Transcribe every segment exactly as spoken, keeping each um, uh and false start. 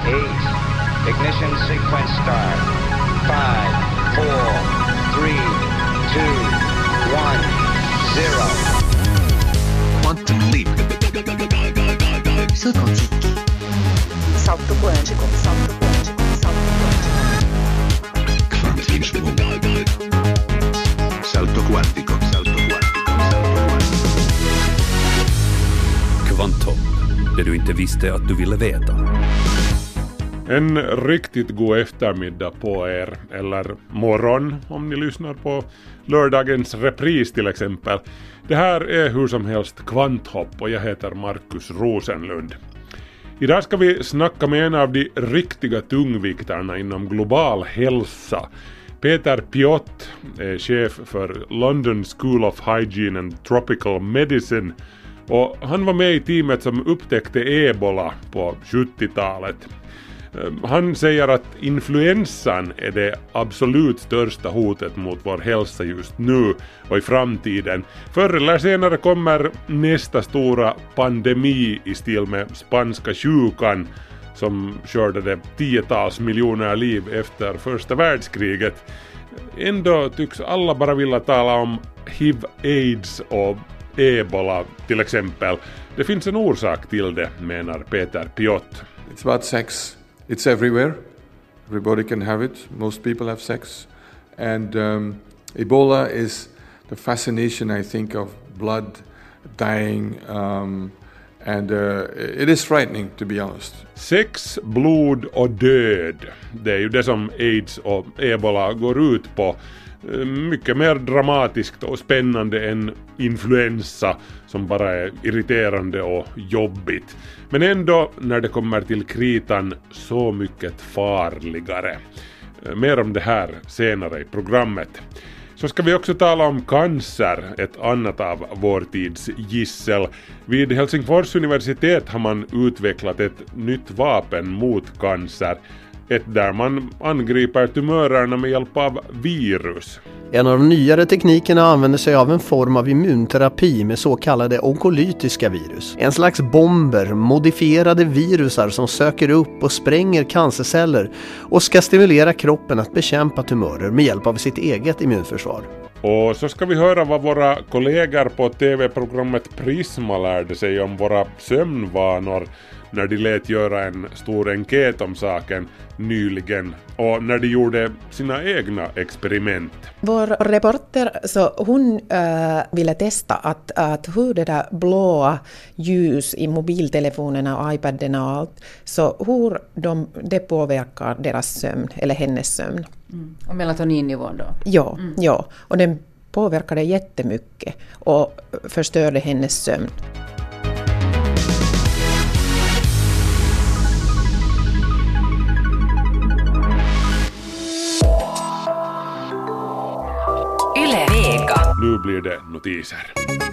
eight. Ignition sequence start. five, four, three, two, one, zero. Quantum leap. Saut quantique. Salto quântico, salto quântico, salto quântico. Quantum leap. Salto quantico, salto quantico, salto quantico. Kvanthopp, det du inte visste att du ville veta. En riktigt god eftermiddag på er, eller morgon om ni lyssnar på lördagens repris till exempel. Det här är hur som helst Kvanthopp och jag heter Markus Rosenlund. Idag ska vi snacka med en av de riktiga tungviktarna inom global hälsa. Peter Piot är chef för London School of Hygiene and Tropical Medicine och han var med i teamet som upptäckte ebola på sjuttiotalet. Han säger att influensan är det absolut största hotet mot vår hälsa just nu och i framtiden. Förr eller senare kommer nästa stora pandemi i stil med spanska sjukan som skördade tiotals miljoner liv efter första världskriget. Ändå tycks alla bara vilja tala om H I V, AIDS och ebola till exempel. Det finns en orsak till det, menar Peter Piot. It's about sex. It's everywhere. Everybody can have it. Most people have sex. And um, Ebola is the fascination, I think, of blood, dying, um, and uh, it is frightening, to be honest. Sex, blod och död. Det är ju det som AIDS och ebola går ut på. Mycket mer dramatiskt och spännande än influensa som bara är irriterande och jobbigt. Men ändå, när det kommer till kritan, så mycket farligare. Mer om det här senare i programmet. Så ska vi också tala om cancer, ett annat av vår tids gissel. Vid Helsingfors universitet har man utvecklat ett nytt vapen mot cancer. Ett där man angriper tumörerna med hjälp av virus. En av de nyare teknikerna använder sig av en form av immunterapi med så kallade onkolytiska virus. En slags bomber, modifierade virusar som söker upp och spränger cancerceller och ska stimulera kroppen att bekämpa tumörer med hjälp av sitt eget immunförsvar. Och så ska vi höra vad våra kollegor på tv-programmet Prisma lärde sig om våra sömnvanor när de lät göra en stor enkät om saken nyligen och när de gjorde sina egna experiment. Vår reporter, så hon äh, ville testa att, att hur det där blåa ljus i mobiltelefonerna och iPaderna och allt, så hur de, det påverkar deras sömn eller hennes sömn. Mm. Och melatoninnivån då? Ja, mm. ja, och den påverkade jättemycket och förstörde hennes sömn. Nu blir det notiser.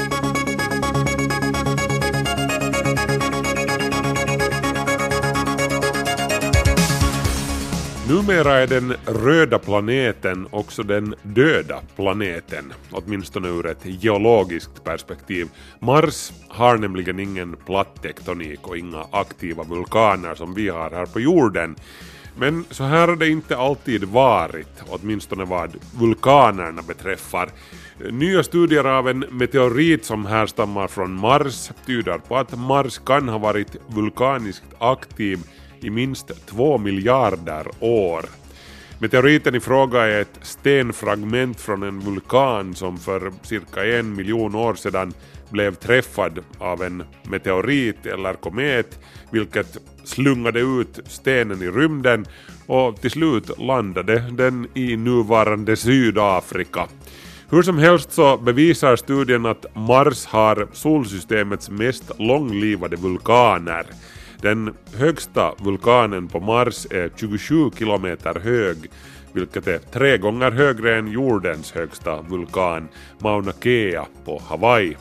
Numera är den röda planeten också den döda planeten, åtminstone ur ett geologiskt perspektiv. Mars har nämligen ingen platt tektonik och inga aktiva vulkaner som vi har här på jorden. Men så här har det inte alltid varit, åtminstone vad vulkanerna beträffar. Nya studier av en meteorit som härstammar från Mars tyder på att Mars kan ha varit vulkaniskt aktiv i minst två miljarder år. Meteoriten i fråga är ett stenfragment från en vulkan som för cirka en miljon år sedan blev träffad av en meteorit eller komet, vilket slungade ut stenen i rymden och till slut landade den i nuvarande Sydafrika. Hur som helst så bevisar studien att Mars har solsystemets mest långlivade vulkaner. Den högsta vulkanen på Mars är tjugosju kilometer hög, vilket är tre gånger högre än jordens högsta vulkan, Mauna Kea på Hawaii.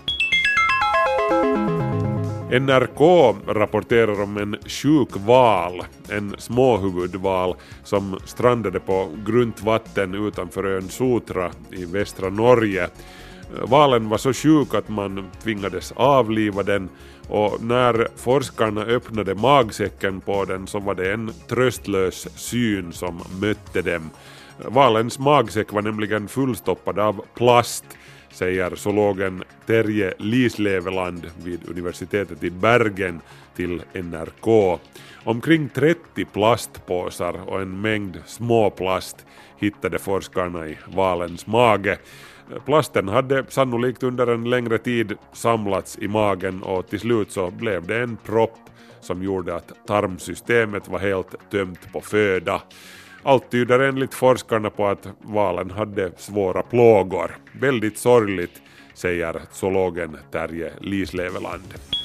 N R K rapporterar om en sjuk val, en småhuvudval som strandade på grunt vatten utanför ön Sotra i västra Norge. Valen var så sjuk att man tvingades avliva den, och när forskarna öppnade magsäcken på den så var det en tröstlös syn som mötte dem. Valens magsäck var nämligen fullstoppad av plast, säger zoologen Terje Liisleveland vid universitetet i Bergen till N R K. Omkring trettio plastpåsar och en mängd småplast hittade forskarna i valens mage. Plasten hade sannolikt under en längre tid samlats i magen, och till slut så blev det en propp som gjorde att tarmsystemet var helt tömt på föda. Allt tyder enligt forskarna på att valen hade svåra plågor. Väldigt sorgligt, säger zoologen Terje Liisleveland.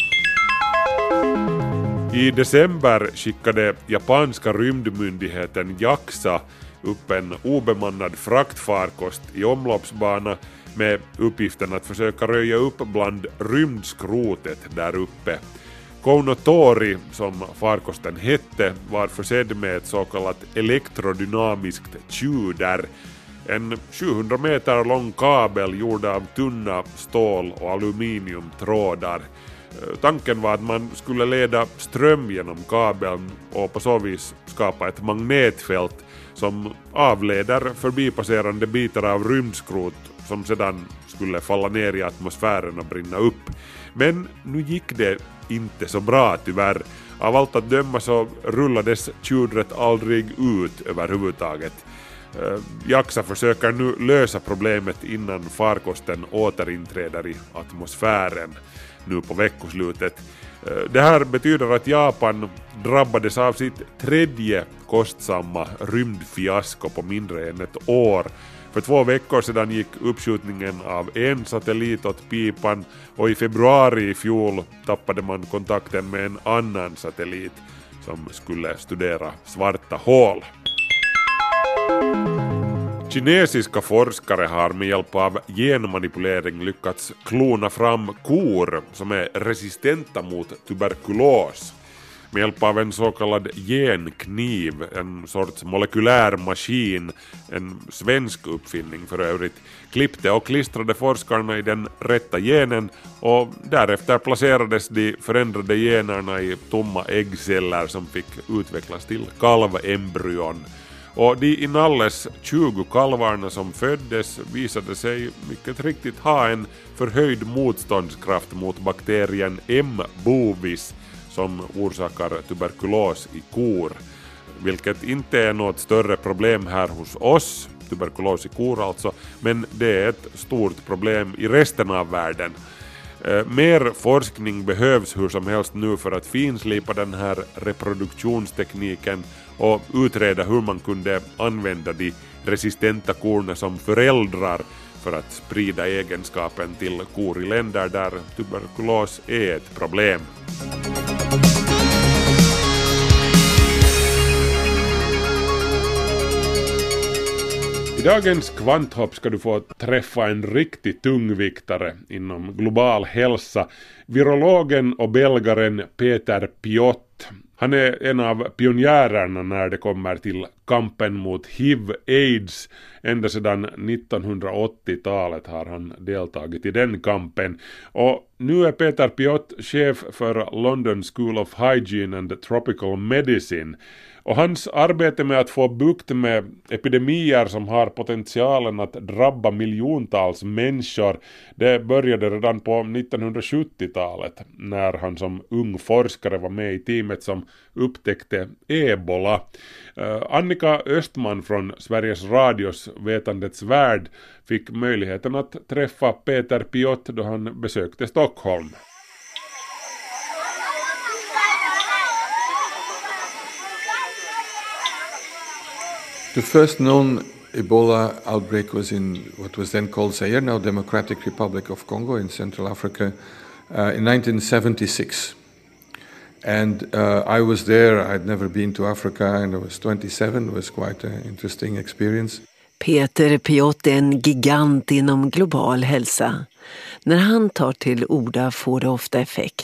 I december skickade japanska rymdmyndigheten JAXA upp en obemannad fraktfarkost i omloppsbana med uppgiften att försöka röja upp bland rymdskrotet där uppe. Kounotori, som farkosten hette, var försedd med ett så kallat elektrodynamiskt tjuder, en sjuhundra meter lång kabel gjord av tunna stål- och aluminiumtrådar. Tanken var att man skulle leda ström genom kabeln och på så vis skapa ett magnetfält som avleder förbipasserande bitar av rymdskrot som sedan skulle falla ner i atmosfären och brinna upp. Men nu gick det inte så bra tyvärr. Av allt att döma så rullades tjudret aldrig ut överhuvudtaget. JAXA försöker nu lösa problemet innan farkosten återinträder i atmosfären nu på veckoslutet. Det här betyder att Japan drabbades av sitt tredje kostsamma rymdfiasko på mindre än ett år. För två veckor sedan gick uppskjutningen av en satellit åt pipan, och i februari i fjol tappade man kontakten med en annan satellit som skulle studera svarta hål. Kinesiska forskare har med hjälp av genmanipulering lyckats klona fram kor som är resistenta mot tuberkulos. Med hjälp av en så kallad genkniv, en sorts molekylär maskin, en svensk uppfinning för övrigt, klippte och klistrade forskarna i den rätta genen, och därefter placerades de förändrade generna i tomma äggceller som fick utvecklas till kalvembryon. Och de inalles tjugo kalvarna som föddes visade sig mycket riktigt ha en förhöjd motståndskraft mot bakterien M. bovis som orsakar tuberkulos i kor, vilket inte är något större problem här hos oss, tuberkulos i kor alltså, men det är ett stort problem i resten av världen. Mer forskning behövs hur som helst nu för att finslipa den här reproduktionstekniken och utreda hur man kunde använda de resistenta korna som föräldrar för att sprida egenskapen till kor i länder där tuberkulos är ett problem. I dagens kvanthopp ska du få träffa en riktigt tungviktare inom global hälsa, virologen och belgaren Peter Piot. Han är en av pionjärerna när det kommer till kampen mot H I V-AIDS. Ända sedan nittonhundraåttiotalet har han deltagit i den kampen. Och nu är Peter Piot chef för London School of Hygiene and Tropical Medicine. Och hans arbete med att få bukt med epidemier som har potentialen att drabba miljontals människor, det började redan på nittonhundrasjuttiotalet när han som ung forskare var med i teamet som upptäckte ebola. Uh, Annika Östman från Sveriges Radios Vetandets värld fick möjligheten att träffa Peter Piot då han besökte Stockholm. The first known Ebola outbreak was in what was then called Zaire, now Democratic Republic of Congo in Central Africa, uh, in nineteen seventy-six. And uh, I was there. I'd never been to Africa, and I was twenty-seven. It was quite an interesting experience. Peter Piot är en gigant inom global hälsa. När han tar till orda får det ofta effekt.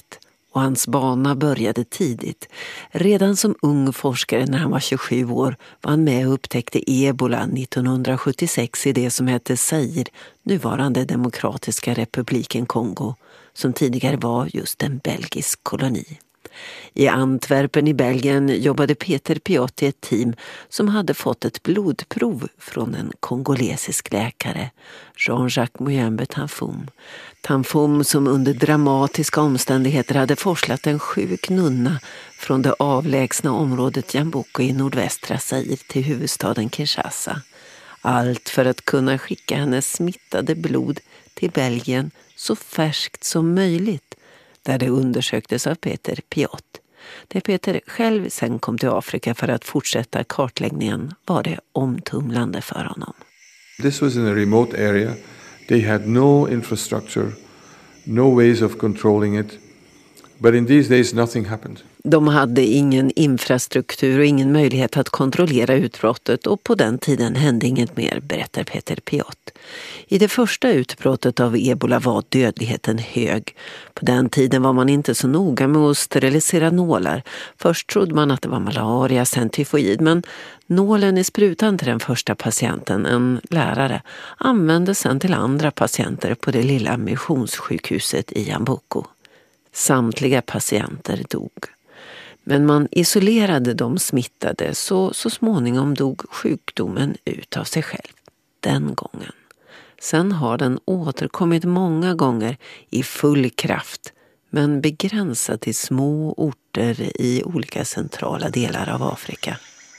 Och hans bana började tidigt. Redan som ung forskare när han var tjugosju år var han med och upptäckte ebola nittonhundrasjuttiosex i det som hette Zaire, nuvarande Demokratiska republiken Kongo, som tidigare var just en belgisk koloni. I Antwerpen i Belgien jobbade Peter Piot i ett team som hade fått ett blodprov från en kongolesisk läkare, Jean-Jacques Muyembe Tanfum. Tanfum som under dramatiska omständigheter hade forslat en sjuk nunna från det avlägsna området Yambuco i nordvästra Zaire till huvudstaden Kinshasa. Allt för att kunna skicka hennes smittade blod till Belgien så färskt som möjligt, där det undersöktes av Peter Piot. När Peter själv sen kom till Afrika för att fortsätta kartläggningen var det omtumlande för honom. This was in a remote area. They had no infrastructure, no ways of controlling it. But in these days nothing happened. De hade ingen infrastruktur och ingen möjlighet att kontrollera utbrottet och på den tiden hände inget mer, berättar Peter Piot. I det första utbrottet av ebola var dödligheten hög. På den tiden var man inte så noga med att sterilisera nålar. Först trodde man att det var malaria, sen tyfoid, men nålen i sprutan till den första patienten, en lärare, användes sen till andra patienter på det lilla missionssjukhuset i Yambuco. Samtliga patienter dog. Men man isolerade de smittade så så småningom dog sjukdomen ut av sig själv. Den gången. Sen har den återkommit många gånger i full kraft, men begränsad till små orter i olika centrala delar av Afrika.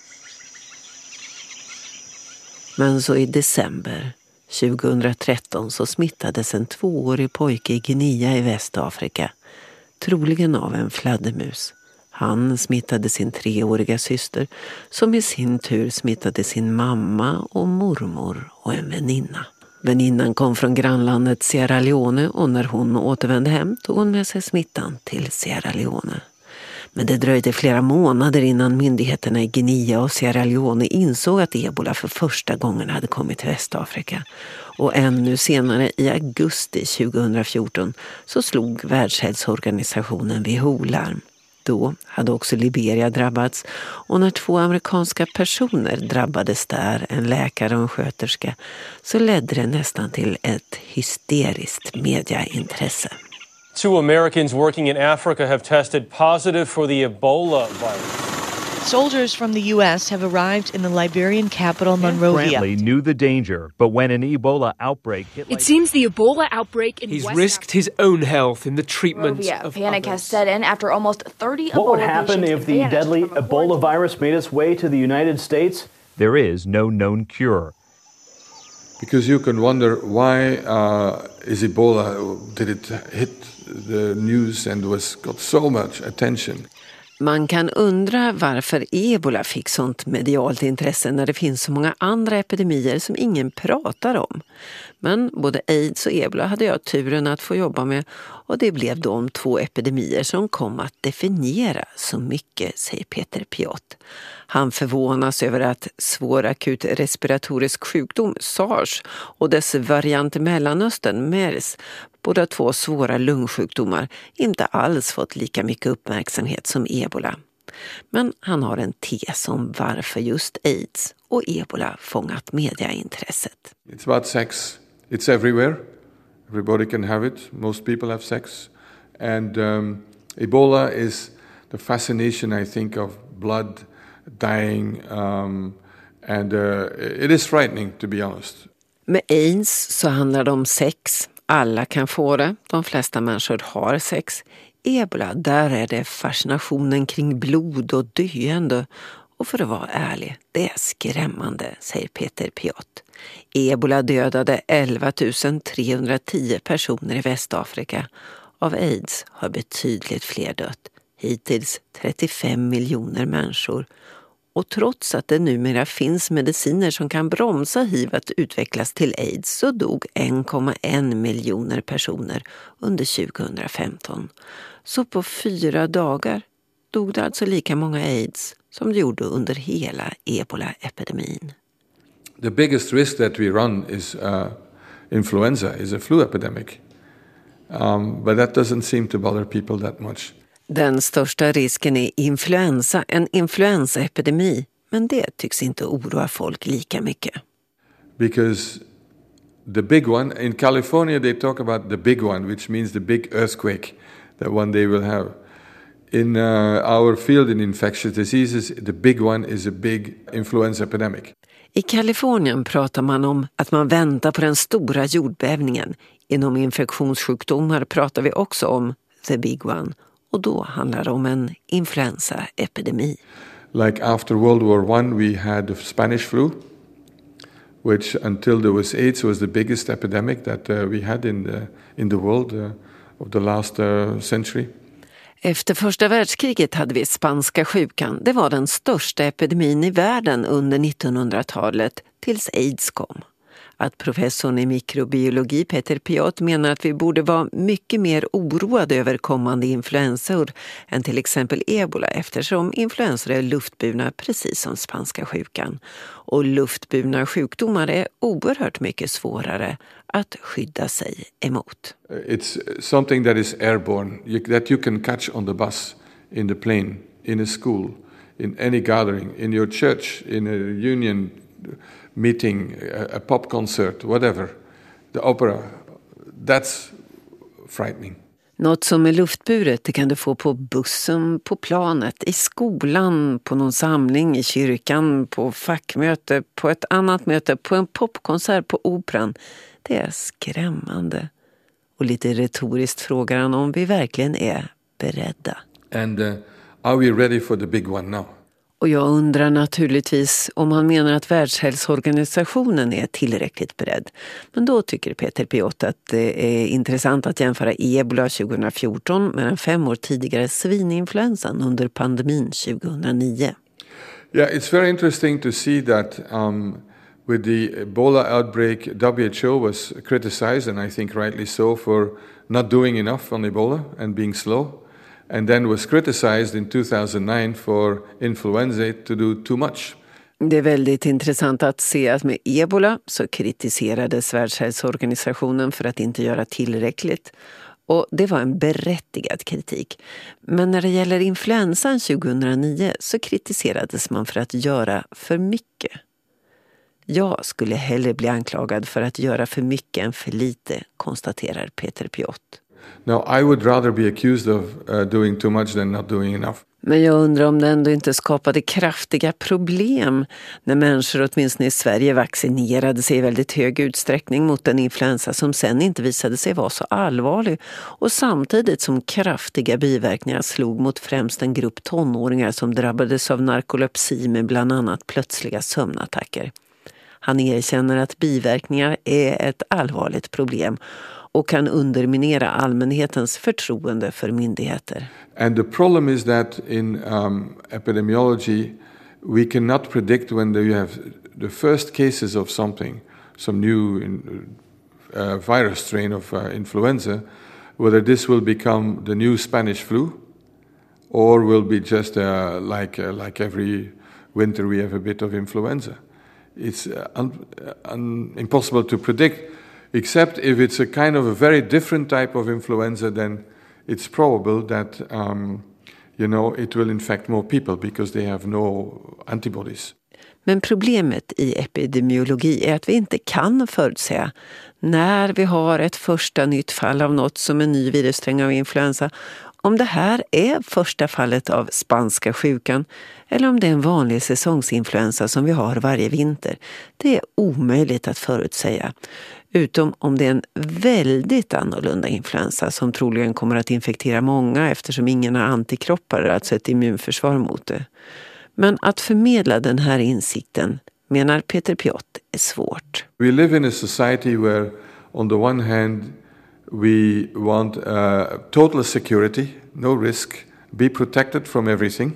Men så i december tjugohundratretton så smittades en tvåårig pojke i Guinea i Västafrika, troligen av en fladdermus. Han smittade sin treåriga syster som i sin tur smittade sin mamma och mormor och en väninna. Väninnan kom från grannlandet Sierra Leone och när hon återvände hem tog hon med sig smittan till Sierra Leone. Men det dröjde flera månader innan myndigheterna i Guinea och Sierra Leone insåg att ebola för första gången hade kommit till Västafrika. Och ännu senare i augusti tjugohundrafjorton så slog Världshälsoorganisationen W H O-larm. Då hade också Liberia drabbats och när två amerikanska personer drabbades där, en läkare och en sköterska, så ledde det nästan till ett hysteriskt mediaintresse. Two Americans working in Africa have tested positive for the Ebola virus. Soldiers from the U S have arrived in the Liberian capital, Monrovia. Brantley knew the danger, but when an Ebola outbreak hit... It seems the Ebola outbreak in He's West risked his own health in the treatment Monrovia. of Panic others. has set in after almost thirty What Ebola would happen patients if the vanished deadly from a Ebola virus made its way to the United States? There is no known cure. Because you can wonder why uh, is Ebola, did it hit the news and was got so much attention? Man kan undra varför ebola fick sånt medialt intresse när det finns så många andra epidemier som ingen pratar om. Men både aids och ebola hade jag turen att få jobba med och det blev de två epidemier som kom att definiera så mycket, säger Peter Piot. Han förvånas över att svår akut respiratorisk sjukdom, SARS, och dess variant i Mellanöstern, MERS, båda två svåra lungsjukdomar, inte alls fått lika mycket uppmärksamhet som ebola. Men han har en tes om varför just aids och ebola fångat mediaintresset. It's about sex. It's everywhere. Everybody can have it. Most people have sex. And um, Ebola is the fascination, I think, of blood, dying, um, and uh, it is frightening, to be honest. Med aids så handlar det om sex. Alla kan få det. De flesta människor har sex. Ebola, där är det fascinationen kring blod och döende. Och för att vara ärlig, det är skrämmande, säger Peter Piot. Ebola dödade elva tusen trehundratio personer i Västafrika. Av aids har betydligt fler dött. Hittills trettiofem miljoner människor. Och trots att det numera finns mediciner som kan bromsa hiv att utvecklas till aids så dog en komma en miljoner personer under tjugohundrafemton. Så på fyra dagar dog det alltså lika många aids som det gjorde under hela ebola-epidemin. The biggest risk that we run is uh, influenza, is a flu epidemic. Um, but that doesn't seem to bother people that much. Den största risken är influensa, en influensaepidemi. Men det tycks inte oroa folk lika mycket. Because the big one, in California they talk about the big one, which means the big earthquake that one day we'll have. In uh, our field in infectious diseases, the big one is a big influenza epidemic. I Kalifornien pratar man om att man väntar på den stora jordbävningen. Inom infektionssjukdomar pratar vi också om the big one. Och då handlar det om en influensaepidemi. Like after World War One we had the Spanish flu, which until there was AIDS was the biggest epidemic that uh, we had in the, in the world uh, of the last uh, century. Efter första världskriget hade vi spanska sjukan. Det var den största epidemin i världen under nittonhundratalet tills AIDS kom. Att professorn i mikrobiologi Peter Piot menar att vi borde vara mycket mer oroade över kommande influensor än till exempel ebola eftersom influensor är luftburna precis som spanska sjukan. Och luftburna sjukdomar är oerhört mycket svårare att skydda sig emot. It's something that is airborne, you, that you can catch on the bus, in the plane, in a school, in any gathering, in your church, in a union meeting, a, a pop concert, whatever, the opera. That's frightening. Något som är luftburet det kan du få på bussen, på planet, i skolan, på någon samling, i kyrkan, på fackmöte, på ett annat möte, på en popkonsert, på operan. Det är skrämmande. Och lite retoriskt frågar han om vi verkligen är beredda. And uh, are we ready for the big one now? Och jag undrar naturligtvis om han menar att Världshälsoorganisationen är tillräckligt beredd. Men då tycker Peter Piot att det är intressant att jämföra ebola tjugohundrafjorton med den fem år tidigare svininfluensan under pandemin tjugohundranio. Yeah, it's very interesting to see that um, with the Ebola outbreak, W H O was criticized, and I think rightly so, for not doing enough on Ebola and being slow. And then was criticized in two thousand nine for influenza to do too much. Det är väldigt intressant att se att med ebola så kritiserades Världshälsoorganisationen för att inte göra tillräckligt. Och det var en berättigad kritik. Men när det gäller influensan tjugohundranio så kritiserades man för att göra för mycket. Jag skulle hellre bli anklagad för att göra för mycket än för lite, konstaterar Peter Piot. Now, I would rather be accused of uh, doing too much than not doing enough. Men jag undrar om det ändå inte skapade kraftiga problem när människor åtminstone i Sverige vaccinerade sig i väldigt hög utsträckning mot en influensa som sen inte visade sig vara så allvarlig och samtidigt som kraftiga biverkningar slog mot främst en grupp tonåringar som drabbades av narkolepsi med bland annat plötsliga sömnattacker. Han erkänner att biverkningar är ett allvarligt problem och kan underminera allmänhetens förtroende för myndigheter. And the problem is that in um, epidemiology we cannot predict when you have the first cases of something, some new uh, virus strain of uh, influenza, whether this will become the new Spanish flu or will be just uh, like uh, like every winter we have a bit of influenza. It's uh, un, un, impossible to predict. Except if it's a kind of a very different type of influenza, then it's probable that, um, you know, it will infect more people because they have no antibodies. Men problemet i epidemiologi är att vi inte kan förutsäga när vi har ett första nytt fall av något som en ny virussträng av influensa, om det här är första fallet av spanska sjukan eller om det är en vanlig säsongsinfluensa som vi har varje vinter. Det är omöjligt att förutsäga. Utom om det är en väldigt annorlunda influensa som troligen kommer att infektera många eftersom ingen har antikroppar, alltså ett immunförsvar mot det. Men att förmedla den här insikten, menar Peter Piot, är svårt. We live in a society where on the one hand we want uh, total security, no risk, be protected from everything.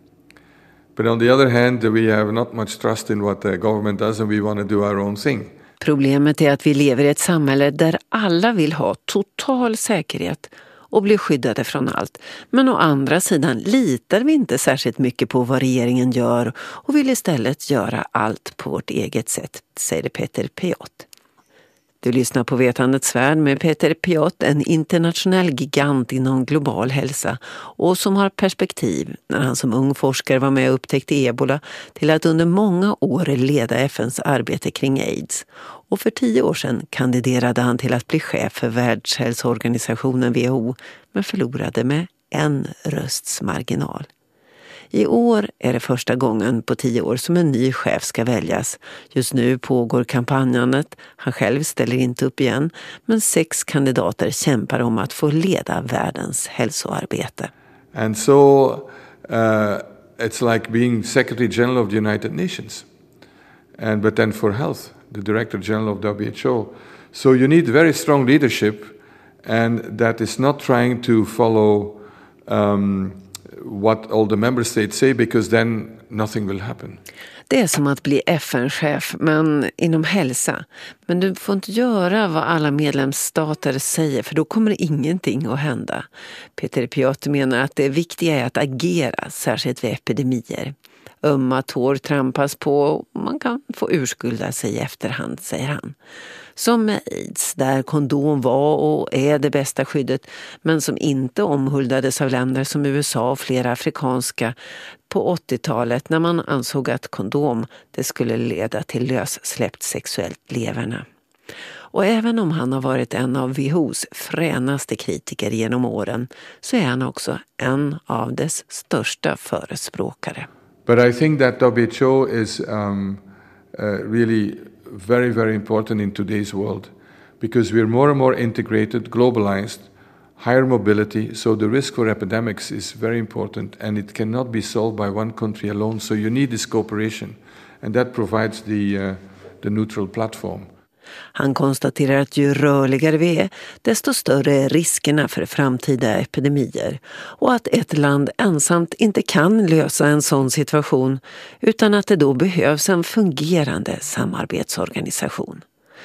But on the other hand we have not much trust in what the government does and we want to do our own thing. Problemet är att vi lever i ett samhälle där alla vill ha total säkerhet och bli skyddade från allt. Men å andra sidan litar vi inte särskilt mycket på vad regeringen gör och vill istället göra allt på vårt eget sätt, säger Peter Piot. Du lyssnar på Vetandets värld med Peter Piot, en internationell gigant inom global hälsa och som har perspektiv när han som ung forskare var med och upptäckte ebola till att under många år leda F N:s arbete kring AIDS. Och för tio år sedan kandiderade han till att bli chef för Världshälsoorganisationen W H O men förlorade med en rösts marginal. I år är det första gången på tio år som en ny chef ska väljas. Just nu pågår kampanjandet. Han själv ställer inte upp igen. Men sex kandidater kämpar om att få leda världens hälsoarbete. And so uh, it's like being Secretary General of the United Nations. And but then for health, the Director General of W H O. So you need very strong leadership, and that is not trying to follow um, what all the member states say, because then nothing will happen. Det är som att bli F N-chef, men inom hälsa. Men du får inte göra vad alla medlemsstater säger, för då kommer ingenting att hända. Peter Piot menar att det viktiga är att agera, särskilt vid epidemier. Ömma tår trampas på och man kan få urskulda sig i efterhand, säger han. Som med AIDS, där kondom var och är det bästa skyddet, men som inte omhuldades av länder som U S A och flera afrikanska på åttiotalet när man ansåg att kondom det skulle leda till lössläppt sexuellt leverne. Och även om han har varit en av W H O:s fränaste kritiker genom åren så är han också en av dess största förespråkare. But I think that W H O is um, uh, really very, very important in today's world, because we're more and more integrated, globalized, higher mobility, so the risk for epidemics is very important, and it cannot be solved by one country alone, so you need this cooperation, and that provides the, uh, the neutral platform. Han konstaterar att ju rörligare vi är, desto större är riskerna för framtida epidemier och att ett land ensamt inte kan lösa en sån situation utan att det då behövs en fungerande samarbetsorganisation.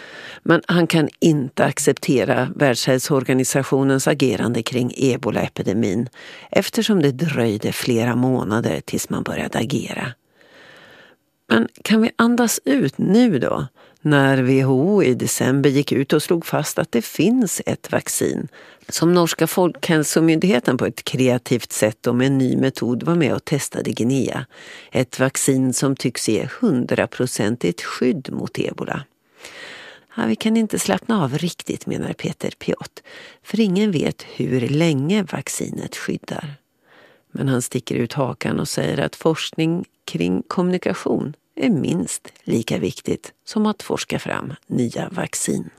Men han kan inte acceptera Världshälsoorganisationens agerande kring ebola-epidemin eftersom det dröjde flera månader tills man började agera. Men kan vi andas ut nu då? När W H O i december gick ut och slog fast att det finns ett vaccin som norska folkhälsomyndigheten på ett kreativt sätt och med en ny metod var med och testade i Guinea. Ett vaccin som tycks ge hundraprocentigt skydd mot ebola. Ja, vi kan inte slappna av riktigt, menar Peter Piot, för ingen vet hur länge vaccinet skyddar. Men han sticker ut hakan och säger att forskning kring kommunikation är minst lika viktigt som att forska fram nya vaccin.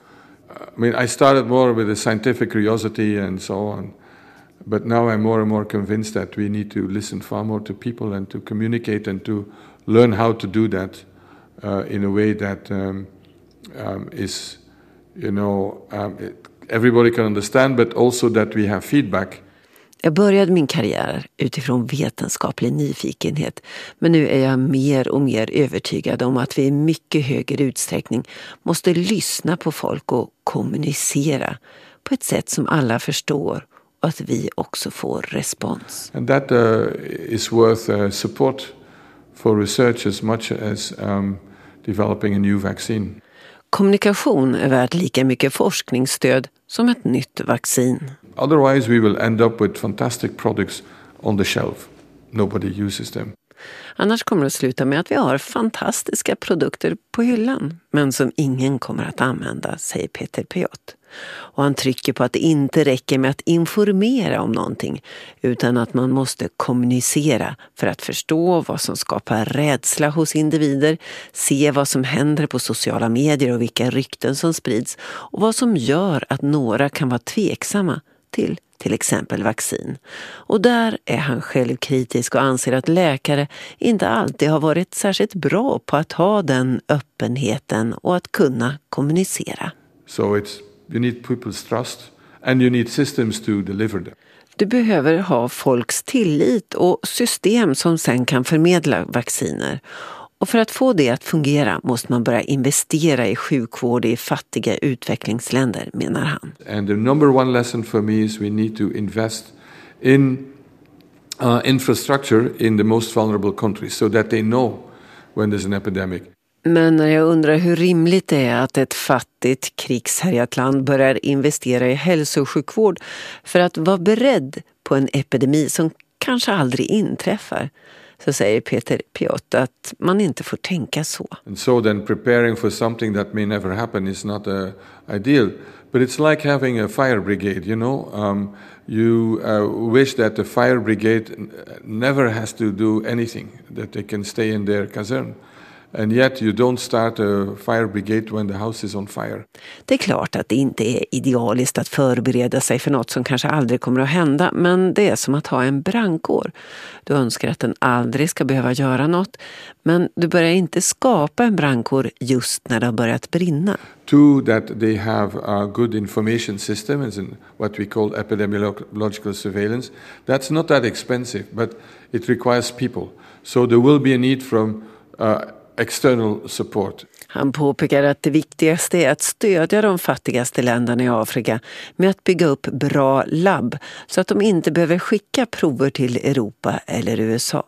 I mean, I started more with a scientific curiosity and so on, but now I'm more and more convinced that we need to listen far more to people and to communicate and to learn how to do that uh, in a way that um, um, is, you know, um, it, everybody can understand, but also that we have feedback. Jag började min karriär utifrån vetenskaplig nyfikenhet, men nu är jag mer och mer övertygad om att vi i mycket högre utsträckning måste lyssna på folk och kommunicera på ett sätt som alla förstår och att vi också får respons. And that uh, is worth uh, support for research as much as um, developing a new vaccine. Kommunikation är värt lika mycket forskningsstöd som ett nytt vaccin. Otherwise we will end up with fantastic products on the shelf. Nobody uses them. Annars kommer det att sluta med att vi har fantastiska produkter på hyllan, men som ingen kommer att använda, säger Peter Piot. Och han trycker på att det inte räcker med att informera om någonting, utan att man måste kommunicera för att förstå vad som skapar rädsla hos individer, se vad som händer på sociala medier och vilka rykten som sprids och vad som gör att några kan vara tveksamma till till exempel vaccin. Och där är han självkritisk och anser att läkare inte alltid har varit särskilt bra på att ha den öppenheten och att kunna kommunicera. So it's, you need people's trust and you need systems to deliver them. Du behöver ha folks tillit och system som sen kan förmedla vacciner. Och för att få det att fungera måste man börja investera i sjukvård i fattiga utvecklingsländer, menar han. And the number one lesson for me is we need to invest in uh, infrastructure in the most vulnerable countries so that they know when there's an epidemic. Men när jag undrar hur rimligt det är att ett fattigt krigshärjat land börjar investera i hälso- och sjukvård för att vara beredd på en epidemi som kanske aldrig inträffar, så säger Peter Piot att man inte får tänka så. And so then preparing for something that may never happen is not uh, ideal. But it's like having a fire brigade, you know. Um, you uh, wish that the fire brigade never has to do anything, that they can stay in their caserne. And yet you don't start a fire brigade when the house is on fire. Det är klart att det inte är idealiskt att förbereda sig för något som kanske aldrig kommer att hända, men det är som att ha en brandkår. Du önskar att den aldrig ska behöva göra något, men du börjar inte skapa en brandkår just när det har börjat brinna. Two, that they have a good information system, as in what we call epidemiological surveillance. That's not that expensive, but it requires people. So there will be a need from uh, external support. Han påpekar att det viktigaste är att stödja de fattigaste länderna i Afrika med att bygga upp bra labb så att de inte behöver skicka prover till Europa eller U S A.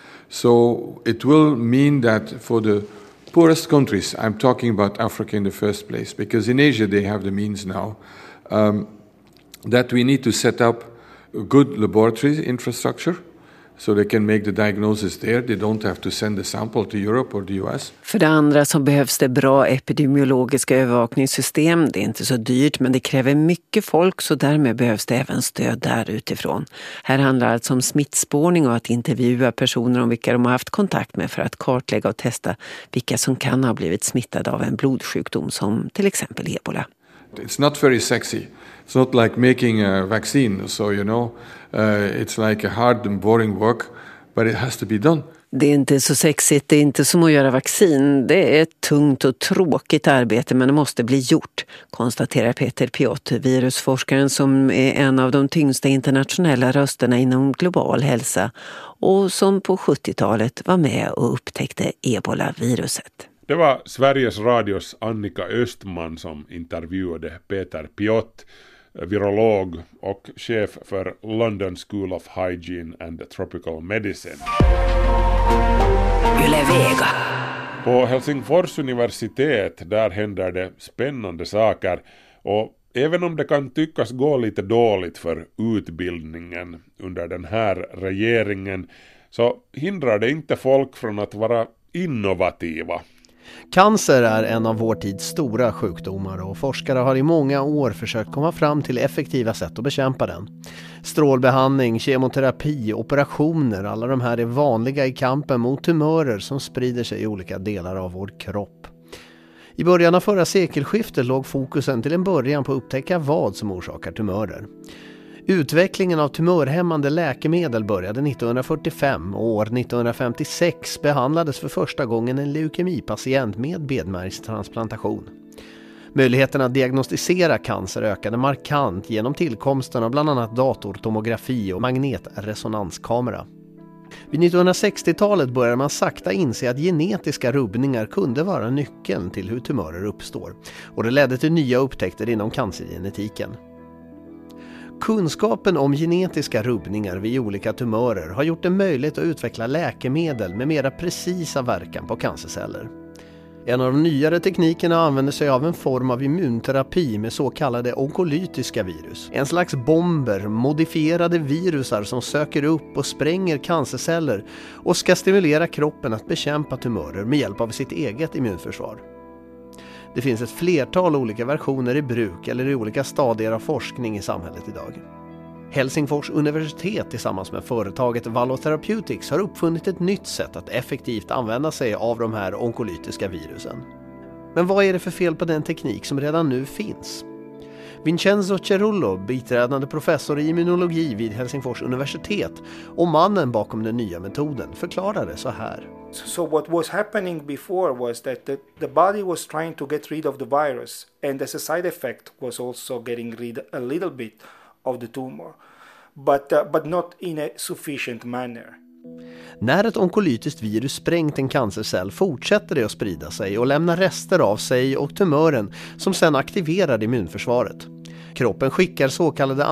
So it will mean that for the poorest countries, I'm talking about Africa in the first place, because in Asia they have the means now, um, that we need to set up a good laboratory infrastructure. So they can make the diagnosis there. They don't have to send the sample to Europe or the U S. För det andra så behövs det bra epidemiologiska övervakningssystem. Det är inte så dyrt, men det kräver mycket folk, så därmed behövs det även stöd där utifrån. Här handlar det alltså om smittspårning och att intervjua personer om vilka de har haft kontakt med för att kartlägga och testa vilka som kan ha blivit smittade av en blodsjukdom som till exempel ebola. It's not very sexy. It's not like making a vaccine, so you know, uh, it's like a hard and boring work, but it has to be done. Det är inte så sexigt, det är inte som att göra vaccin. Det är ett tungt och tråkigt arbete, men det måste bli gjort, konstaterar Peter Piot, virusforskaren som är en av de tyngsta internationella rösterna inom global hälsa och som på sjuttiotalet var med och upptäckte ebola-viruset. Det var Sveriges Radios Annika Östman som intervjuade Peter Piot, virolog och chef för London School of Hygiene and Tropical Medicine. Yle Vega. På Helsingfors universitet, där händer det spännande saker, och även om det kan tyckas gå lite dåligt för utbildningen under den här regeringen, så hindrar det inte folk från att vara innovativa. Cancer är en av vår tids stora sjukdomar och forskare har i många år försökt komma fram till effektiva sätt att bekämpa den. Strålbehandling, kemoterapi, operationer, alla de här är vanliga i kampen mot tumörer som sprider sig i olika delar av vår kropp. I början av förra sekelskiftet låg fokusen till en början på att upptäcka vad som orsakar tumörer. Utvecklingen av tumörhämmande läkemedel började nittonhundrafyrtiofem och år nittonhundrafemtiosex behandlades för första gången en leukemipatient med benmärgstransplantation. Möjligheten att diagnostisera cancer ökade markant genom tillkomsten av bland annat datortomografi och magnetresonanskamera. Vid nittonhundrasextiotalet började man sakta inse att genetiska rubbningar kunde vara nyckeln till hur tumörer uppstår, och det ledde till nya upptäckter inom cancergenetiken. Kunskapen om genetiska rubbningar vid olika tumörer har gjort det möjligt att utveckla läkemedel med mera precisa verkan på cancerceller. En av de nyare teknikerna använder sig av en form av immunterapi med så kallade onkolytiska virus. En slags bomber, modifierade virusar som söker upp och spränger cancerceller och ska stimulera kroppen att bekämpa tumörer med hjälp av sitt eget immunförsvar. Det finns ett flertal olika versioner i bruk eller i olika stadier av forskning i samhället idag. Helsingfors universitet tillsammans med företaget Vallo Therapeutics har uppfunnit ett nytt sätt att effektivt använda sig av de här onkolytiska virusen. Men vad är det för fel på den teknik som redan nu finns? Vincenzo Cerullo, biträdande professor i immunologi vid Helsingfors universitet och mannen bakom den nya metoden, förklarade så här. So what was happening before was that the, the body was trying to get rid of the virus, and as a side effect was also getting rid a little bit of the tumor, but, uh, but not in a sufficient manner. När ett onkolytiskt virus sprängt en cancercell fortsätter det att sprida sig och lämna rester av sig och tumören som sedan aktiverar immunförsvaret. Kroppen skickar så kallade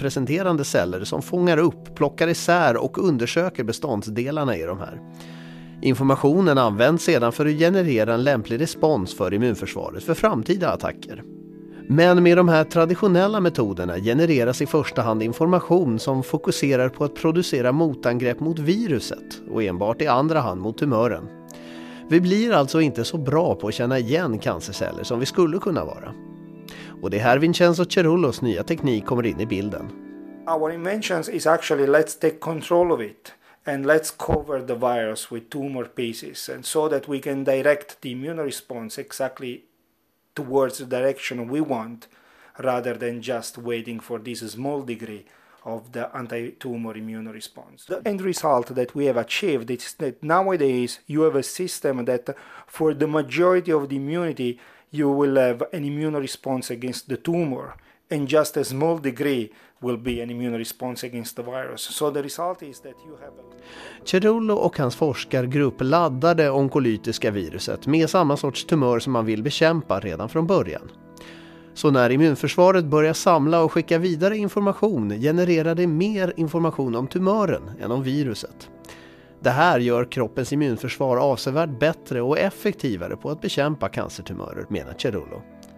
antigenpresenterande celler som fångar upp, plockar isär och undersöker beståndsdelarna i de här. Informationen används sedan för att generera en lämplig respons för immunförsvaret för framtida attacker. Men med de här traditionella metoderna genereras i första hand information som fokuserar på att producera motangrepp mot viruset och enbart i andra hand mot tumören. Vi blir alltså inte så bra på att känna igen cancerceller som vi skulle kunna vara. Och det är här Vincenzo Cerullos nya teknik kommer in i bilden. Our inventions is actually let's take control of it and let's cover the virus with tumor pieces and so that we can direct the immune response exactly towards the direction we want rather than just waiting for this small degree of the anti-tumor immune response. The end result that we have achieved is that nowadays you have a system that for the majority of the immunity you will have an immune response against the tumor and just a small degree will be an immune response against the virus. So the result is that you have a... Cerullo och hans forskargrupp laddade onkolytiska viruset med samma sorts tumör som man vill bekämpa redan från början. Så när immunförsvaret börjar samla och skicka vidare information genererar det mer information om tumören än om viruset. Det här gör kroppens immunförsvar avsevärt bättre och effektivare på att bekämpa cancertumörer, menar Cerullo.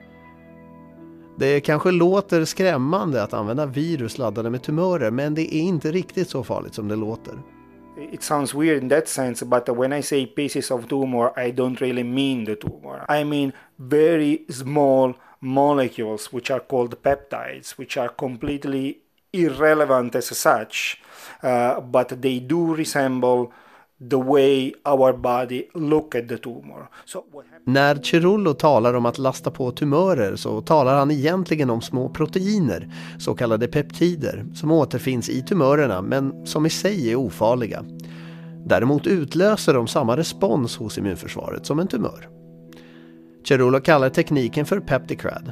Det kanske låter skrämmande att använda virus laddade med tumörer, men det är inte riktigt så farligt som det låter. It sounds weird in that sense, but when I say pieces of tumor, I don't really mean the tumor. I mean very small molecules which are called peptides, which are completely irrelevant as such, uh, but they do resemble the way our body look at the tumor. So what När Cerullo talar om att lasta på tumörer så talar han egentligen om små proteiner, så kallade peptider, som återfinns i tumörerna men som i sig är ofarliga. Däremot utlöser de samma respons hos immunförsvaret som en tumör. Cerullo kallar tekniken för PeptiCrad.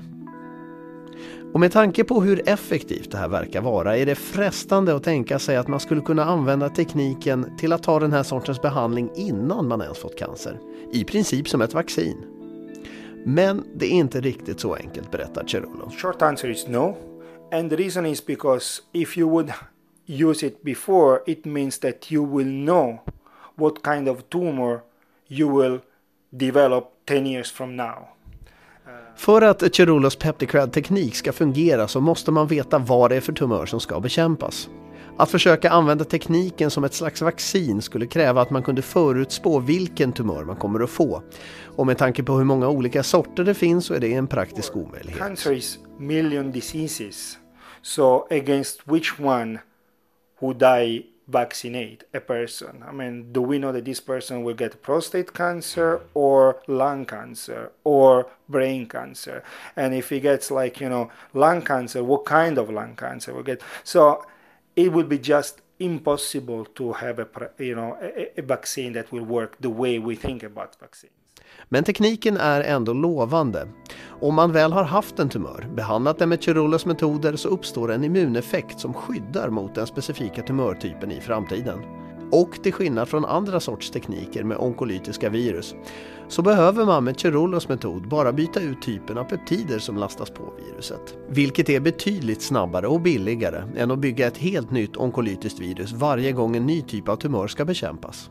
Och med tanke på hur effektivt det här verkar vara är det frestande att tänka sig att man skulle kunna använda tekniken till att ta den här sortens behandling innan man ens fått cancer. I princip som ett vaccin. Men det är inte riktigt så enkelt, berättar Cerullo. Short answer is no. And the reason is because if you would use it before, it means that you will know what kind of tumor you will develop ten years from now. För att Cerullos PeptiCrad-teknik ska fungera så måste man veta vad det är för tumör som ska bekämpas. Att försöka använda tekniken som ett slags vaccin skulle kräva att man kunde förutspå vilken tumör man kommer att få. Och med tanke på hur många olika sorter det finns så är det en praktisk omöjlighet. Cancer is million diseases. So against which one would I vaccinate a person? I mean, do we know that this person will get prostate cancer or lung cancer or brain cancer? And if he gets like, you know, lung cancer, what kind of lung cancer will get? So it would be just impossible to have a, you know, a, a vaccine that will work the way we think about vaccines. Men tekniken är ändå lovande. Om man väl har haft en tumör, behandlat den med Cerullos metoder, så uppstår en immuneffekt som skyddar mot den specifika tumörtypen i framtiden. Och till skillnad från andra sorts tekniker med onkolytiska virus så behöver man med Cerullos metod bara byta ut typen av peptider som lastas på viruset. Vilket är betydligt snabbare och billigare än att bygga ett helt nytt onkolytiskt virus varje gång en ny typ av tumör ska bekämpas.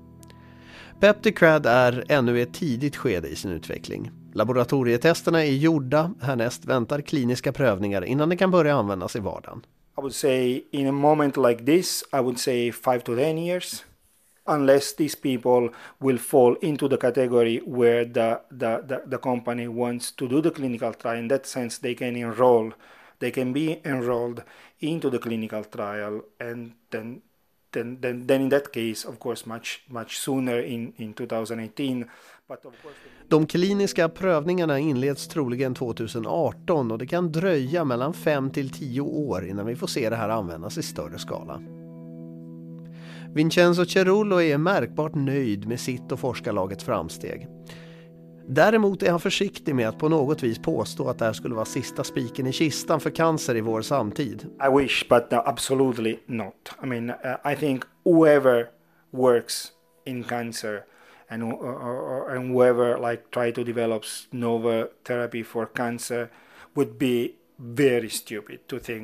PeptiCrad är ännu i ett tidigt skede i sin utveckling. Laboratorietesterna är gjorda, härnäst väntar kliniska prövningar innan det kan börja användas i vardagen. I would say in a moment like this, I would say five to ten years. Unless these people will fall into the category where the, the, the, the company wants to do the clinical trial. In that sense, they can enroll, they can be enrolled into the clinical trial and then Then, then, then in that case, of course, much, much sooner in, in twenty eighteen. But of course... De kliniska prövningarna inleds troligen tjugo arton och det kan dröja mellan fem till tio år innan vi får se det här användas i större skala. Vincenzo Cerullo är märkbart nöjd med sitt och forskarlagets framsteg. Däremot är han försiktig med att på något vis påstå att det här skulle vara sista spiken i kistan för cancer i vår samtid. I wish, but no, absolutely not. I mean, uh, I think whoever works in cancer and, uh, uh, and whoever like try to develop novel therapy for cancer would be very stupid to think that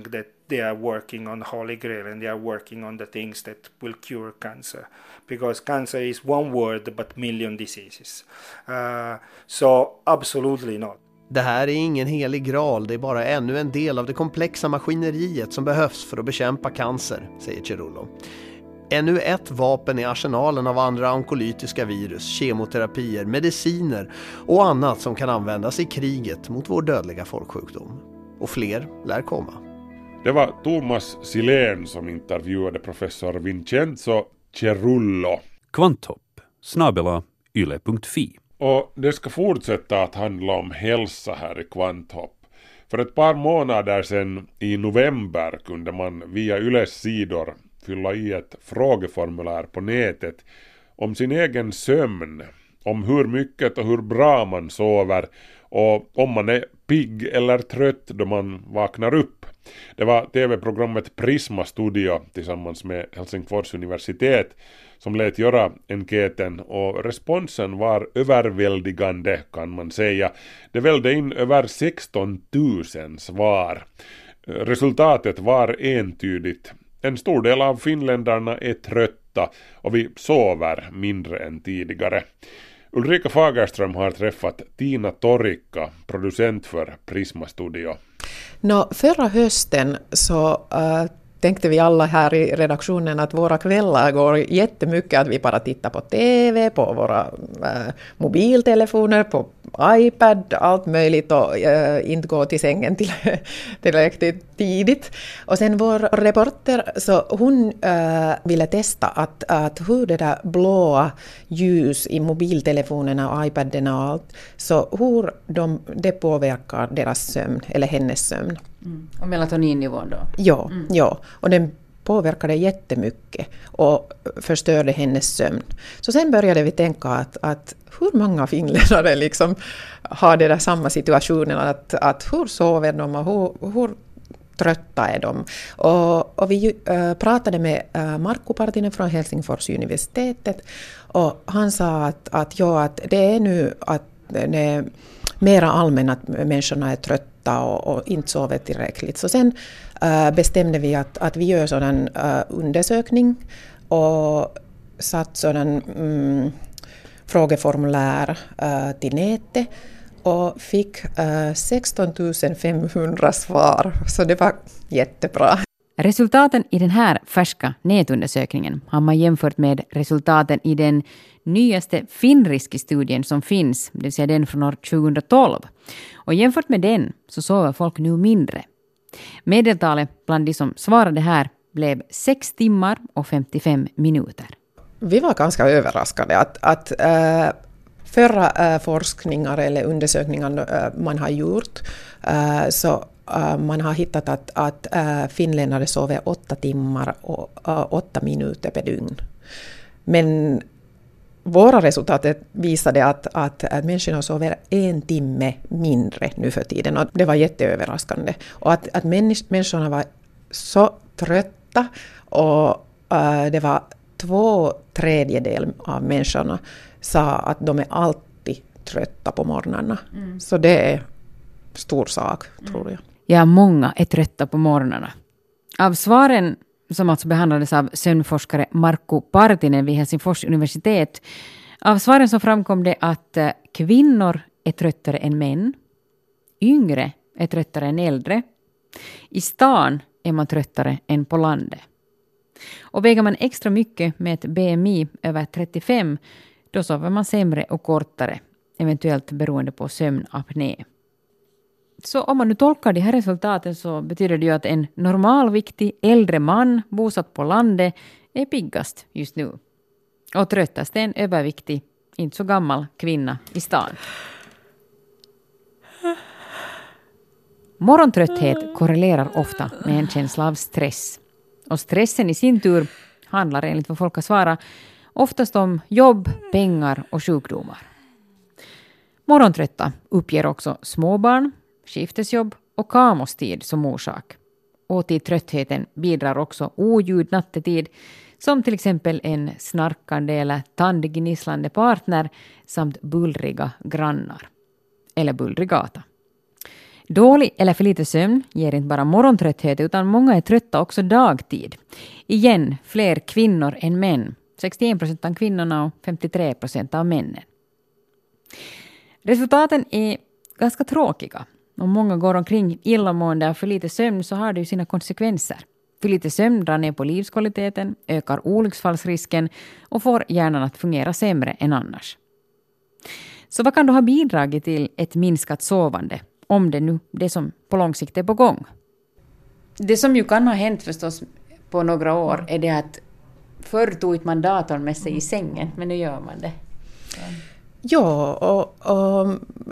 they are working on Holy Grail and they are working on the things that will cure cancer. Because cancer is one word but million diseases. Uh, so absolutely not. Det här är ingen helig graal, det är bara ännu en del av det komplexa maskineriet som behövs för att bekämpa cancer, säger Cerullo. Ännu ett vapen i arsenalen av andra onkolytiska virus, kemoterapier, mediciner och annat som kan användas i kriget mot vår dödliga folksjukdom. Och fler lär komma. Det var Thomas Silén som intervjuade professor Vincenzo Cerullo. Kvanthopp, snabela yle punkt fi. Och det ska fortsätta att handla om hälsa här i Kvanthopp. För ett par månader sedan i november kunde man via Yles sidor fylla i ett frågeformulär på nätet om sin egen sömn, om hur mycket och hur bra man sover och om man är pigg eller trött då man vaknar upp. Det var tv-programmet Prisma Studio tillsammans med Helsingfors universitet som lät göra enkäten och responsen var överväldigande kan man säga. Det välde in över sexton tusen svar. Resultatet var entydigt. En stor del av finländarna är trötta och vi sover mindre än tidigare. Ulrika Fagerström har träffat Tina Torikka, producent för Prisma Studio. Nå, förra hösten så uh, tänkte vi alla här i redaktionen att våra kvällar går jättemycket att vi bara tittar på tv, på våra uh, mobiltelefoner, på iPad, allt möjligt och uh, inte gå till sängen till, tillräckligt tidigt. Och sen vår reporter, så hon uh, ville testa att, att hur det där blåa ljus i mobiltelefonerna och iPaden och allt, så hur de, det påverkar deras sömn eller hennes sömn. Mm. Och melatoninnivån då? Ja, mm. ja, och den påverkade jättemycket och förstörde hennes sömn. Så sen började vi tänka att, att hur många finländare liksom har det där samma situationen, att, att hur sover de och hur, hur trötta är de. Och, och vi äh, pratade med äh, Markku Partinen från Helsingfors universitetet och han sa att, att, ja, att det är nu att det är mera allmänt att människorna är trötta och, och inte sover tillräckligt. Så sen äh, bestämde vi att, att vi gör sådan äh, undersökning och satt sådan mm, frågeformulär äh, till nätet och fick äh, sexton tusen femhundra svar. Så det var jättebra. Resultaten i den här färska nätundersökningen har man jämfört med resultaten i den nyaste Finriski-studien som finns, det vill säga den från år tjugohundratolv. Och jämfört med den så sover folk nu mindre. Medeltalet bland de som svarade här blev sex timmar och femtiofem minuter. Vi var ganska överraskade att, att äh, förra äh, forskningar eller undersökningar äh, man har gjort äh, så Uh, man har hittat att, att uh, finländare sover åtta timmar och uh, åtta minuter per dygn. Men våra resultat visade att, att, att människorna sover en timme mindre nu för tiden. Och det var jätteöverraskande. Och att, att människ- människorna var så trötta och uh, det var två tredjedel av människorna sa att de är alltid trötta på morgnarna. Mm. Så det är stor sak, tror jag. Ja, många är trötta på morgnarna. Av svaren som alltså behandlades av sömnforskare Markku Partinen vid Helsingfors universitet, av svaren så framkom det att kvinnor är tröttare än män, yngre är tröttare än äldre, i stan är man tröttare än på landet. Och väger man extra mycket med ett B M I över trettiofem, då sover man sämre och kortare, eventuellt beroende på sömnapné. Så om man nu tolkar de här resultaten så betyder det ju att en normalviktig äldre man bosatt på landet är piggast just nu. Och tröttast är en överviktig, inte så gammal kvinna i stan. Morgontrötthet korrelerar ofta med en känsla av stress. Och stressen i sin tur handlar enligt vad folk har svarat oftast om jobb, pengar och sjukdomar. Morgontrötta uppger också småbarn, skiftesjobb och kamostid som orsak. Och till tröttheten bidrar också oljud nattetid, som till exempel en snarkande eller tandgnisslande partner samt bullriga grannar. Eller bullrig gata. Dålig eller för lite sömn ger inte bara morgontrötthet utan många är trötta också dagtid. Igen, fler kvinnor än män. sextioen procent av kvinnorna och femtiotre procent av männen. Resultaten är ganska tråkiga. Om många går omkring illamående och för lite sömn så har det ju sina konsekvenser. För lite sömn drar ner på livskvaliteten, ökar olycksfallsrisken och får hjärnan att fungera sämre än annars. Så vad kan då ha bidragit till ett minskat sovande, om det nu det som på lång sikt är på gång? Det som ju kan ha hänt förstås på några år är det att förr tog man datorn med sig i sängen, men nu gör man det. Så. Ja, och, och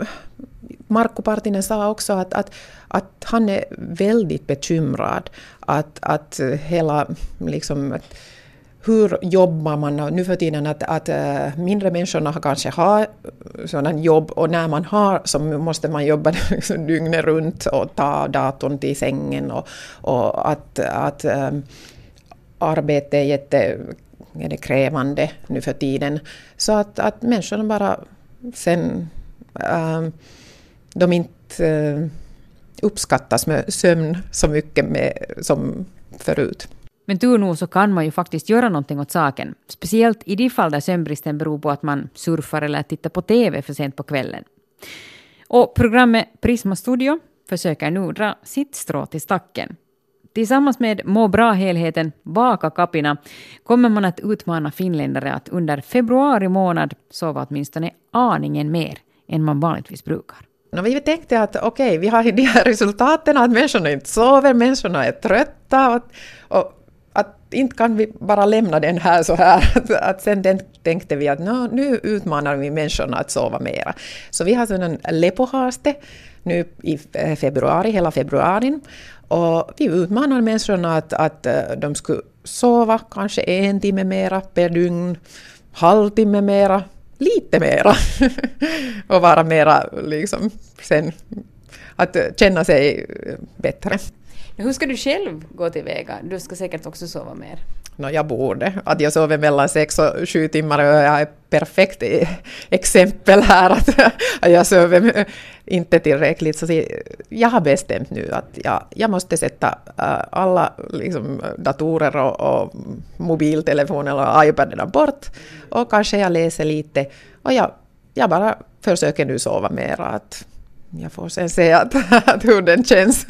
Markku Partinen sa också att, att, att han är väldigt bekymrad att, att hela liksom, att hur jobbar man nu för tiden, att, att mindre människorna kanske har sådana jobb och när man har så måste man jobba dygnet runt och ta datorn till sängen och, och att, att ähm, arbete är jätte är det krävande nu för tiden så att, att människorna bara sen ähm, de inte äh, uppskattas med sömn så mycket med, som förut. Men tur nog så kan man ju faktiskt göra någonting åt saken. Speciellt i de fall där sömnbristen beror på att man surfar eller tittar på tv för sent på kvällen. Och programmet Prisma Studio försöker nu dra sitt strå till stacken. Tillsammans med Må bra-helheten Vaka Kapina kommer man att utmana finländare att under februari månad sova åtminstone aningen mer än man vanligtvis brukar. No, vi tänkte att okej, okay, vi har de här resultaten att människorna inte sover, människorna är trötta och, och att inte kan vi bara lämna den här så här. Att, att sen den, tänkte vi att no, nu utmanar vi människorna att sova mera. Så vi har en lepohaaste nu i februari, hela februari. Och vi utmanar människorna att, att de skulle sova kanske en timme mera per dygn, halvtimme mera, lite mera och vara mera liksom sen att känna sig bättre. Hur ska du själv gå till väga? Du ska säkert också sova mer. No, jag borde. Att jag sover mellan sex och sju timmar och jag är ett perfekt exempel här att, att jag sover inte tillräckligt. Så jag har bestämt nu att jag, jag måste sätta alla liksom, datorer och, och mobiltelefoner och iPaderna bort och kanske jag läser lite och jag, jag bara försöker nu sova mer att jag får sen se att, att hur den känns.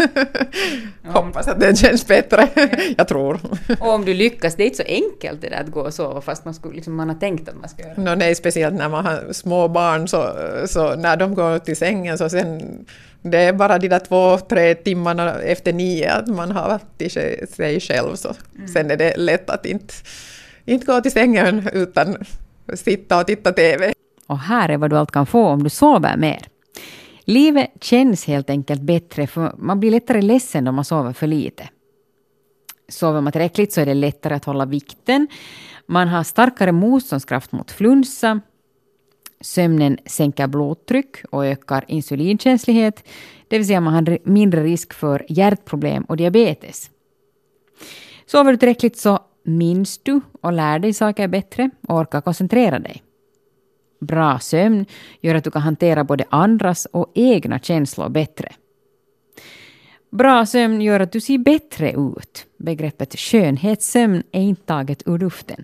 Hoppas att den känns bättre. Jag tror. Och om du lyckas, det är inte så enkelt det där att gå och sova fast man, skulle, liksom, man har tänkt att man ska göra det. No, nej, speciellt när man har små barn så, så när de går till sängen så sen det är bara de där två, tre timmarna efter nio att man har till sig själv så mm. Sen är det lätt att inte, inte gå till sängen utan sitta och titta tv. Och här är vad du allt kan få om du sover mer. Livet känns helt enkelt bättre för man blir lättare ledsen om man sover för lite. Sover man tillräckligt så är det lättare att hålla vikten. Man har starkare motståndskraft mot flunsa. Sömnen sänker blodtryck och ökar insulinkänslighet. Det vill säga man har mindre risk för hjärtproblem och diabetes. Sover du tillräckligt så minns du och lär dig saker bättre och orkar koncentrera dig. Bra sömn gör att du kan hantera både andras och egna känslor bättre. Bra sömn gör att du ser bättre ut. Begreppet skönhetssömn är inte taget ur luften.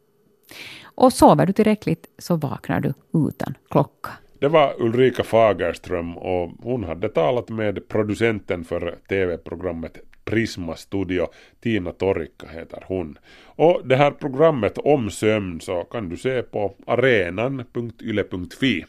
Och sover du tillräckligt så vaknar du utan klocka. Det var Ulrika Fagerström och hon hade talat med producenten för tv-programmet Prisma Studio, Tina Torikka heter hon. Och det här programmet om sömn så kan du se på arenan punkt yle punkt fi.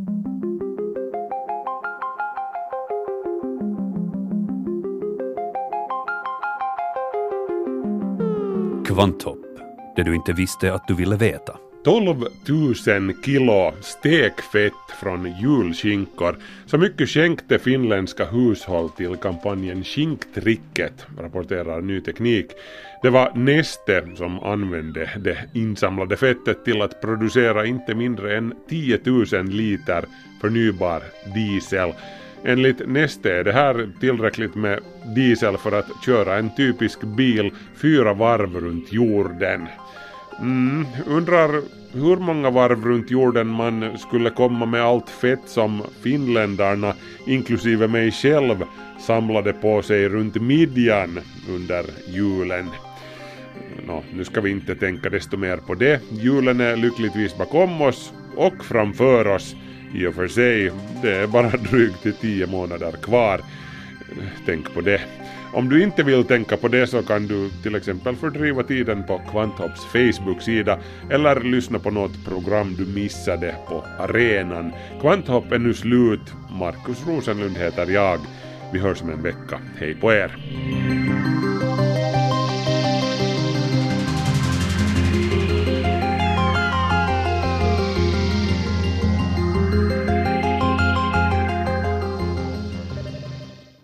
Kvanthopp, det du inte visste att du ville veta. tolv tusen kilo stekfett från julskinkor. Så mycket skänkte finländska hushåll till kampanjen Skinktricket, rapporterar Ny Teknik. Det var Neste som använde det insamlade fettet till att producera inte mindre än tio tusen liter förnybar diesel. Enligt Neste är det här tillräckligt med diesel för att köra en typisk bil fyra varv runt jorden. Mm, undrar hur många varv runt jorden man skulle komma med allt fett som finländarna, inklusive mig själv, samlade på sig runt midjan under julen. Nå, nu ska vi inte tänka desto mer på det. Julen är lyckligtvis bakom oss och framför oss. I och för sig, det är bara drygt tio månader kvar. Tänk på det. Om du inte vill tänka på det så kan du till exempel fördriva tiden på Kvanthopps Facebook-sida eller lyssna på något program du missade på arenan. Kvanthopp är nu slut. Markus Rosenlund heter jag. Vi hörs om en vecka. Hej på er!